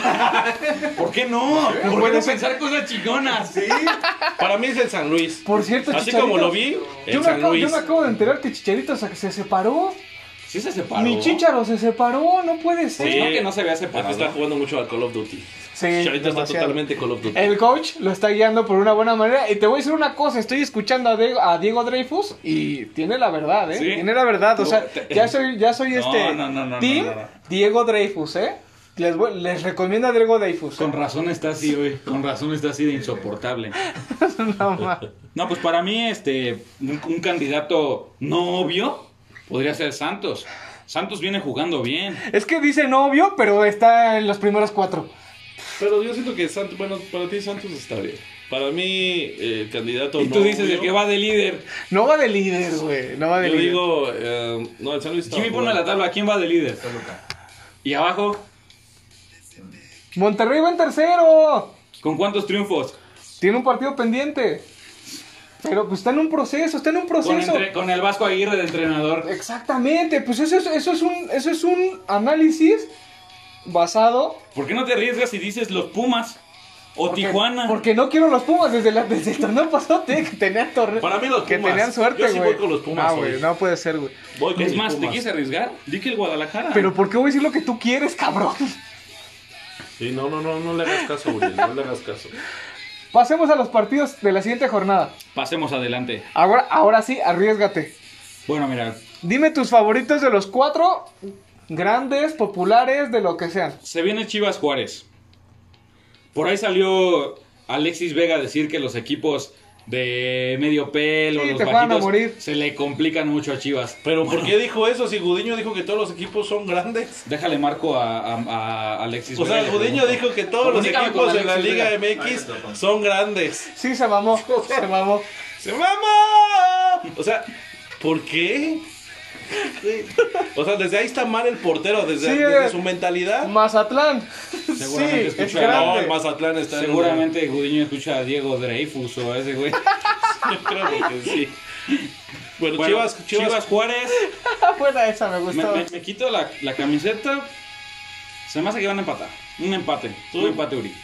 ¿Por qué no? ¿Por qué puede no ser. pensar cosas chingonas? Sí. Para mí es el San Luis. Por cierto, Así Chicharito, como lo vi, el yo me, San acabo, Luis. yo me acabo de enterar que Chicharito se separó. Sí se separó. Mi Chicharo se separó, no puede ser. Pues no, que no se había Es que separado. está jugando mucho al Call of Duty. Sí, Chicharito está demasiado. totalmente Call of Duty. El coach lo está guiando por una buena manera. Y te voy a decir una cosa, estoy escuchando a Diego Dreyfus y tiene la verdad, ¿eh? Sí. Tiene la verdad, o sea, ya soy No, team no. Diego Dreyfus, ¿eh? Les recomiendo a Diego Dreyfus. Con razón está así, güey. Con razón está así de insoportable. No, ma. No, pues para mí, un candidato no obvio podría ser Santos. Santos viene jugando bien. Es que dice novio, pero está en los primeros 4. Pero yo siento que Santos, bueno, para ti Santos está bien. Para mí, el candidato Y tú dices obvio, el que va de líder. No va de líder, güey. No va de Yo líder. digo, no, el San Luis está Jimmy, ponme jugando. la tabla. ¿Quién va de líder? Toluca. Y abajo, Monterrey va en tercero. ¿con cuántos triunfos? Tiene un partido pendiente. Pero pues está en un proceso, Con el Vasco Aguirre de entrenador. Exactamente, pues eso es un análisis basado. ¿Por qué no te arriesgas y dices los Pumas? O porque- Tijuana. Porque no quiero los Pumas desde el torneo pasado que tenían torneo. Para mí los que Pumas. tenían suerte, Yo sí güey. voy con los Pumas No, güey, hoy. no puede ser, güey. Voy con Es mis más, ¿te Pumas. quieres arriesgar? Di que el Guadalajara. Pero ¿por qué voy a decir lo que tú quieres, cabrón? Sí, no le hagas caso, Uriel, no le hagas caso. Pasemos a los partidos de la siguiente jornada. Pasemos adelante. Ahora sí, arriésgate. Bueno, mira, Dime tus favoritos de los 4 grandes, populares, de lo que sean. se viene Chivas Juárez. Por ahí salió Alexis Vega a decir que los equipos de medio pelo, Sí, los te van a bajitos, morir. se le complican mucho a Chivas. Pero ¿por qué dijo eso si Gudiño dijo que todos los equipos son grandes? Déjale marco a Alexis O Vega. sea, y le Gudiño pregunto. dijo que todos los Comunícame equipos con de la Alexis Liga Vega. MX son grandes. Sí, se mamó, se mamó. ¡Se mama! O sea, ¿por qué? O sea, desde ahí está mal el portero, desde, Sí, desde su mentalidad. Mazatlán. Seguramente Sí, es escucha- No, grande. el Mazatlán está en Seguramente Gudiño escucha a Diego Dreyfus o a ese güey. Yo creo que sí. Bueno, Bueno, Chivas Juárez. Buena esa, me Me, gustó. me quito la camiseta. Se me hace que van a empatar. Un empate. ¿Tú? Un empate, Uri.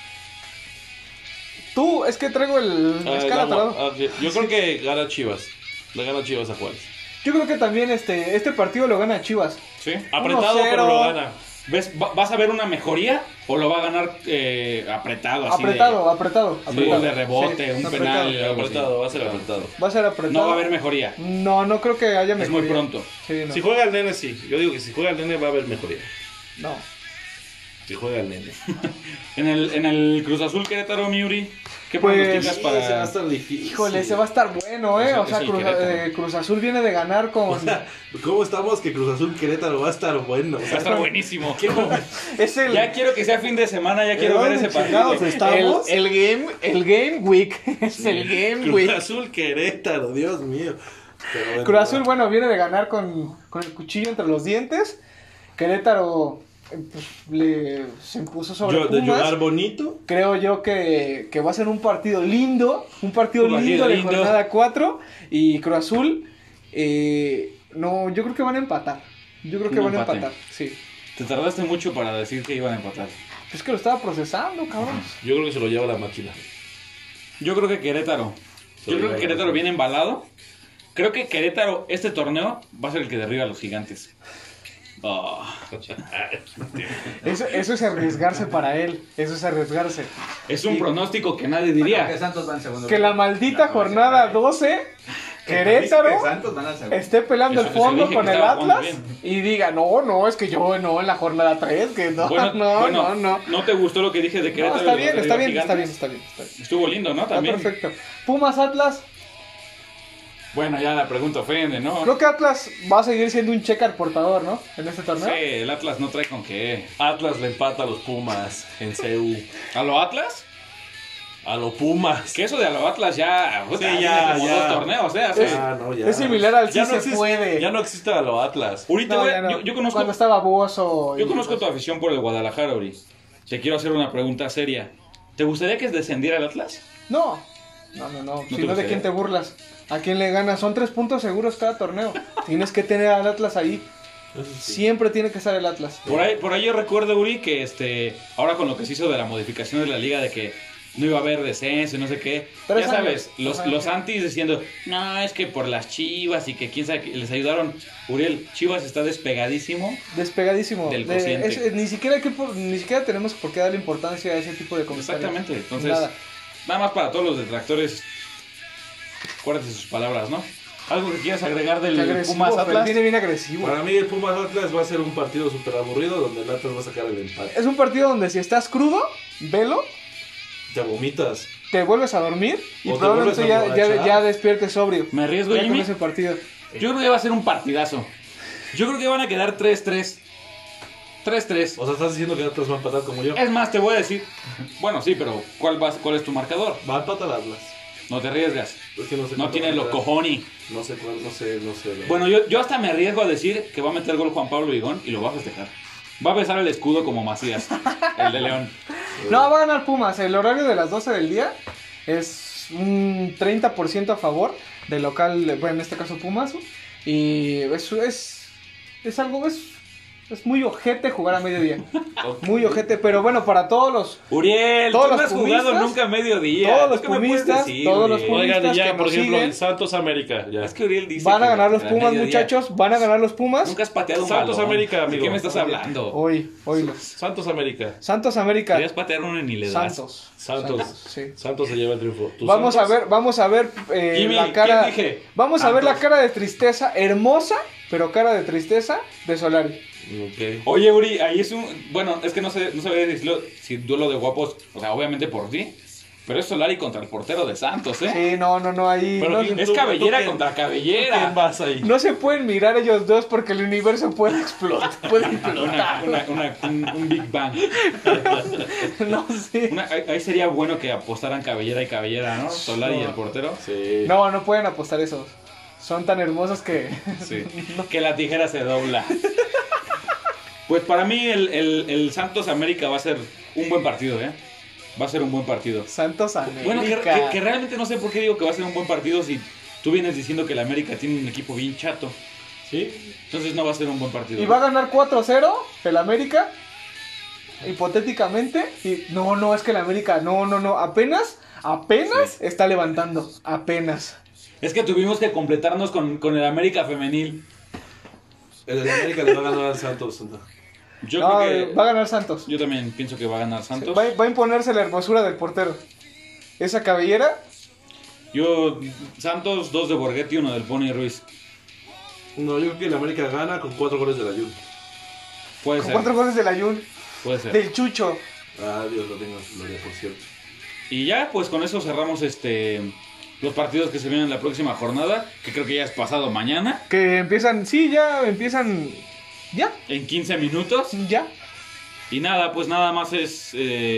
Tú, es que traigo el escala atorado. yo creo que gana Chivas. Le gana Chivas a Juárez. Yo creo que también este partido lo gana Chivas. ¿Sí? Apretado, 1-0. pero lo gana. ¿Vas a ver una mejoría o lo va a ganar apretado? Así Apretado. Un gol de rebote, Sí, un apretado. penal. algo así? Apretado, va a ser apretado. Va a ser apretado. No va a haber mejoría. No creo que haya mejoría. Es muy pronto. Sí, no. Si juega el nene, sí. Yo digo que si juega el nene va a haber mejoría. No. Si juega el nene. En el Cruz Azul Querétaro, Miuri, ¿qué Pues, pronosticas Sí, para...? se va a estar difícil. Híjole, ese va a estar bueno, Es- O es sea, el Cruz, Querétaro. Cruz Azul viene de ganar con... O sea, ¿cómo estamos que Cruz Azul Querétaro va a estar bueno? O Va a sea, estar buenísimo. es el... Ya quiero que sea fin de semana, ya quiero ver ese partido. El Game Week. Es el Game Cruz Week. Azul Querétaro, Dios mío. Pero bueno, Cruz Azul, bueno, viene de ganar con el cuchillo entre los dientes. Querétaro pues, se impuso sobre de Pumas. jugar bonito. Creo yo que va a ser un partido lindo. Un partido Un partido lindo de lindo. jornada 4. Y Cruz Azul, no, yo creo que van a empatar. Yo creo que Un van empate. a empatar, sí. Te tardaste mucho para decir que iban a empatar. Es que lo estaba procesando, cabrón. Yo creo que se lo lleva la máquina. Yo creo que Querétaro. Yo creo que Querétaro viene embalado. Creo que Querétaro, este torneo, va a ser el que derriba a los Gigantes. Oh. Eso es arriesgarse para él. Eso es arriesgarse. Es un pronóstico que nadie diría. Que Santos va en segundo Que lugar. la maldita jornada 12, Querétaro Que Santos van al segundo. esté peleando el Eso fondo dije con que el estaba jugando Atlas bien. y diga, no, es que yo no, en la jornada 3, que no, Bueno, no. ¿No te gustó lo que dije de No, Querétaro? está y bien, los está Gigantes? bien. Estuvo lindo, ¿no? Está También. perfecto. Pumas Atlas, Bueno, ya la pregunta ofende, ¿no? creo que Atlas va a seguir siendo un checker portador, ¿no? En este torneo. Sí, el Atlas no trae con qué. Atlas le empata a los Pumas en CU. ¿A lo Atlas? A los Pumas. Que eso de a lo Atlas ya... puta, Sí, tiene ya, como ya. 2 torneos, ¿eh? Así. No, ya. Es similar al Ya sí no se existe- puede. Ya no existe a los Atlas. Ahorita, No, güey, ya no. yo conozco... Cuando estaba Bozo. Yo conozco tu afición por el Guadalajara, Uri. Te quiero hacer una pregunta seria. ¿Te gustaría que descendiera el Atlas? No. Si te no, ¿de gustaría? quién te burlas? ¿A quién le ganas? Son 3 puntos seguros cada torneo. Tienes que tener al Atlas ahí. Eso sí. Siempre tiene que estar el Atlas. Por ahí yo recuerdo, Uri, que ahora con lo que se hizo de la modificación de la liga, de que no iba a haber descenso y no sé qué. 3 ya sabes, años. los antis diciendo, no, es que por las Chivas y que quién sabe, que les ayudaron. Uriel, Chivas está despegadísimo. Despegadísimo. Del cociente. Ni siquiera tenemos por qué darle importancia a ese tipo de comentarios. Exactamente, entonces, Nada. nada más para todos los detractores, acuérdate sus palabras, ¿no? ¿Algo que quieras agregar del Qué agresivo, Pumas Fer, Atlas? viene bien agresivo. Para mí el Pumas Atlas va a ser un partido súper aburrido donde el Atlas va a sacar el empate. Es un partido donde si estás crudo, velo, Te vomitas. te vuelves a dormir y O te probablemente vuelves a emborrachar. ya despiertes sobrio. ¿Me arriesgo, Ya con Jimmy? ese partido. Yo creo que va a ser un partidazo. Yo creo que van a quedar 3-3. 3-3. O sea, estás diciendo que el Atlas va a empatar como yo. Es más, te voy a decir. Bueno, sí, pero ¿cuál es tu marcador? Va a empatar el Atlas. No te arriesgas. Es que no sé No cuánto tiene va a los quedar. cojones. No sé cuál, no sé. Bueno, yo hasta me arriesgo a decir que va a meter gol Juan Pablo Vigón y lo va a festejar. Va a besar el escudo como Macías, el de León. No, va a ganar Pumas. El horario de las 12 del día es un 30% a favor del local, bueno, en este caso Pumas. Y es algo, es muy ojete jugar a mediodía. Muy ojete, pero bueno, para todos los Uriel, Todos tú no los has jugado pumistas, nunca a mediodía. todos ¿Tú los qué me puedes pumistas, decir, todos los Uriel? pumistas. Oigan, y ya, que por nos ejemplo, siguen. el Santos América. Ya. Es que Uriel dice van a que ganar los al Pumas, mediodía. muchachos. Van a ganar los Pumas. Nunca has pateado un Santos balón. América, ¿De amigo. qué me estás hablando? Hoy los Santos América. Santos América. Querías patear uno y ni le das. Santos. Sí. Santos se lleva el triunfo. ¿Tú Vamos a Santos? ver Jimmy, la cara. ¿quién dije? Vamos a ver la Santos. cara de tristeza hermosa, pero cara de tristeza de Solari. Ok. Oye, Uri, ahí es un... Bueno, es que no sabía decirlo si duelo de guapos, o sea, obviamente por ti, pero es Solari contra el portero de Santos, ¿eh? Sí, no, ahí Pero no, ¿quién? Es ¿Tú cabellera quién? contra ¿Quién cabellera. vas ahí? no se pueden mirar ellos dos porque el universo puede explotar. Puede explotar. Un Big Bang. No sé. Ahí sería bueno que apostaran cabellera y cabellera, ¿no? Solari y el portero. Sí. No pueden apostar eso. Son tan hermosos que. Sí. Que la tijera se dobla. Pues para mí el Santos América va a ser un buen partido, ¿eh? Va a ser un buen partido. Santos América. Bueno, que realmente no sé por qué digo que va a ser un buen partido si tú vienes diciendo que el América tiene un equipo bien chato. ¿Sí? Entonces no va a ser un buen partido. Y va a ganar 4-0 el América. Hipotéticamente. Y no, es que el América. No. Apenas está levantando. Apenas. Es que tuvimos que completarnos con el América femenil. El de América le va a ganar al Santos. Yo No, creo que... va a ganar Santos. Yo también pienso que va a ganar Santos. Va a imponerse la hermosura del portero. Esa cabellera. Yo, Santos, 2 de Borghetti, 1 del Pony Ruiz. No, yo creo que el América gana con 4 goles de la Jun. Puede Con ser. 4 goles del Ayun. Puede ser. Del Chucho. Ah, Dios lo tenga en su gloria, por cierto. Y ya, pues con eso cerramos los partidos que se vienen en la próxima jornada, que creo que ya es pasado mañana, Que empiezan. Sí, ya empiezan. Ya. en 15 minutos. Ya. Y nada, pues nada más es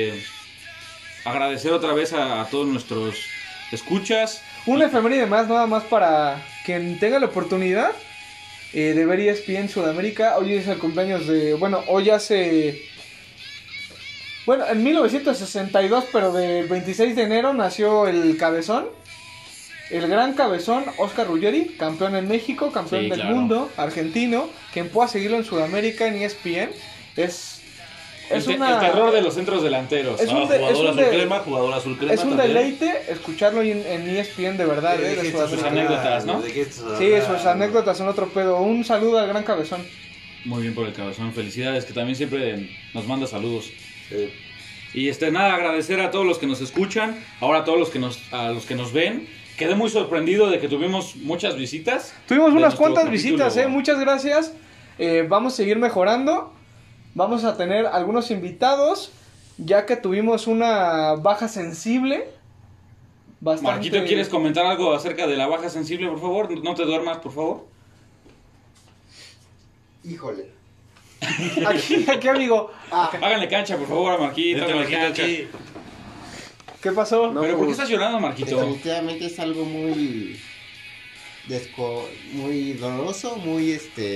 agradecer otra vez a todos nuestros escuchas. Una efeméride más, nada más para quien tenga la oportunidad de ver ESPN Sudamérica. Hoy es el cumpleaños de... Bueno, hoy hace... Bueno, en 1962, pero del 26 de enero nació el cabezón. El gran cabezón, Oscar Ruggeri, campeón en México, campeón Sí, del claro. mundo, argentino. Quien pueda seguirlo en Sudamérica, en ESPN. Es Es El terror de los centros delanteros. Es un jugador azul crema. Es un también. deleite escucharlo en ESPN de verdad, de sus anécdotas, ¿no? Sí, sus anécdotas son otro pedo. Un saludo al gran cabezón. Muy bien por el cabezón, felicidades, que también siempre nos manda saludos. Y nada, agradecer a todos los que nos escuchan, ahora a todos los que nos ven. Quedé muy sorprendido de que tuvimos muchas visitas. Tuvimos unas cuantas capítulo. visitas, muchas gracias. Vamos a seguir mejorando. Vamos a tener algunos invitados, ya que tuvimos una baja sensible. Bastante... Marquito, ¿quieres comentar algo acerca de la baja sensible, por favor? No te duermas, por favor. Híjole. Aquí, amigo. Háganle cancha, por favor, a Marquito. Vente, háganle Marquito, cancha. aquí. ¿Qué pasó? No, ¿Pero por qué pues, estás llorando, Marquito? Definitivamente es algo muy muy doloroso, muy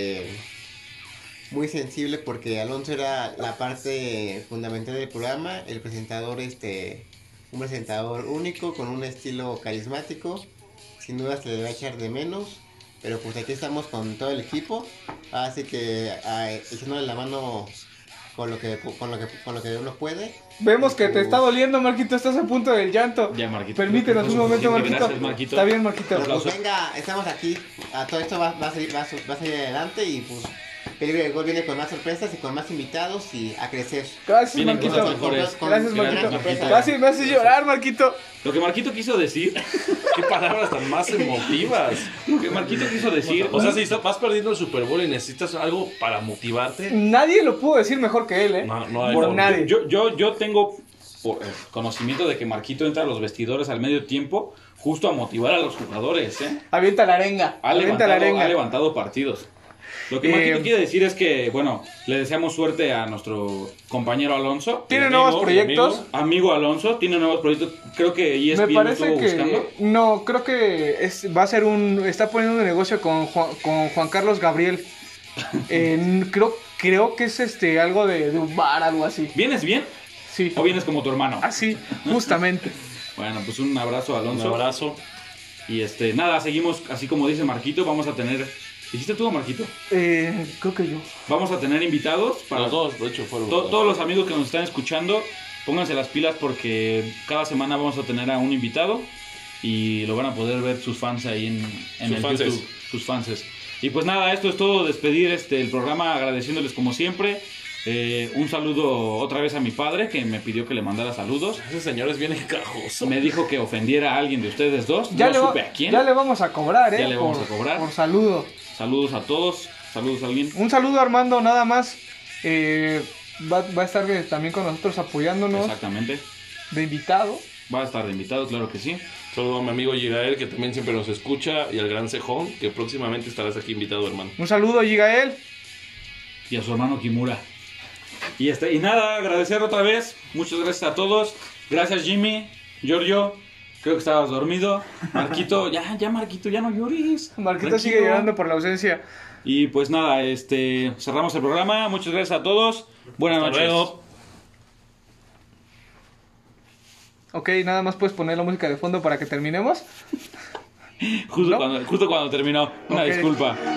muy sensible, porque Alonso era la parte fundamental del programa, el presentador un presentador único con un estilo carismático, sin duda se le va a echar de menos, pero pues aquí estamos con todo el equipo, así que echándole la mano con lo que uno puede. Vemos que te está doliendo, Marquito, estás a punto del llanto. Ya, Marquito. Permítenos un momento, Marquito. Gracias, Marquito. Está bien, Marquito. Pero pues aplauso. venga, estamos aquí, todo esto va a salir adelante y pues Peligro del Gol viene con más sorpresas y con más invitados y a crecer. Gracias, Vienen Marquito. cosas mejores. Gracias, Gracias, Marquito. Marquito. Gracias, me haces llorar, Marquito. Lo que Marquito quiso decir, Qué palabras tan más emotivas. lo que Marquito quiso decir, O sea, si vas perdiendo el Super Bowl y necesitas algo para motivarte, Nadie lo pudo decir mejor que él, no hay Por forma. nadie. yo tengo conocimiento de que Marquito entra a los vestidores al medio tiempo justo a motivar a los jugadores, Avienta la arenga. Ha Avienta la arenga. levantado partidos. Lo que Marquito quiere decir es que, bueno, le deseamos suerte a nuestro compañero Alonso. Tiene Amigo, nuevos proyectos. Amigo Alonso, tiene nuevos proyectos. Creo que Me ESPN lo parece estuvo que buscando. no, creo que va a ser está poniendo un negocio con Juan Carlos Gabriel. Creo que es algo de un bar, algo así. ¿Vienes bien Sí. o vienes como tu hermano? Así, justamente. Bueno, pues un abrazo a Un Alonso. abrazo. Y nada, seguimos así como dice Marquito, vamos a tener... ¿Dijiste tú, Marquito? Creo que yo. Vamos a tener invitados para Los dos, de hecho, fueron. todos los amigos que nos están escuchando. Pónganse las pilas porque cada semana vamos a tener a un invitado y lo van a poder ver sus fans ahí en Sus el fanses. YouTube, sus fanses. Y pues nada, esto es todo, despedir el programa agradeciéndoles como siempre. Un saludo otra vez a mi padre que me pidió que le mandara saludos. Ese señor es bien encajoso. Me dijo que ofendiera a alguien de ustedes dos. Ya, No supe a quién. ya le vamos a cobrar, Ya le vamos a cobrar. Por saludo. Saludos a todos. Saludos a alguien. Un saludo a Armando, nada más. Va a estar también con nosotros apoyándonos Exactamente. de invitado. Va a estar de invitado, claro que sí. Saludo a mi amigo Gigael, que también siempre nos escucha, y al gran Cejón, que próximamente estarás aquí invitado, hermano. Un saludo, Gigael. Y a su hermano Kimura. Y nada, agradecer otra vez. Muchas gracias a todos. Gracias, Jimmy, Giorgio. Creo que estabas dormido. Marquito, ya Marquito, ya no llores. Marquito Tranquilo. sigue llorando por la ausencia. Y pues nada, cerramos el programa. Muchas gracias a todos. Buenas Hasta noches. luego. Ok, nada más puedes poner la música de fondo para que terminemos. Justo cuando terminó. Una Ok. disculpa.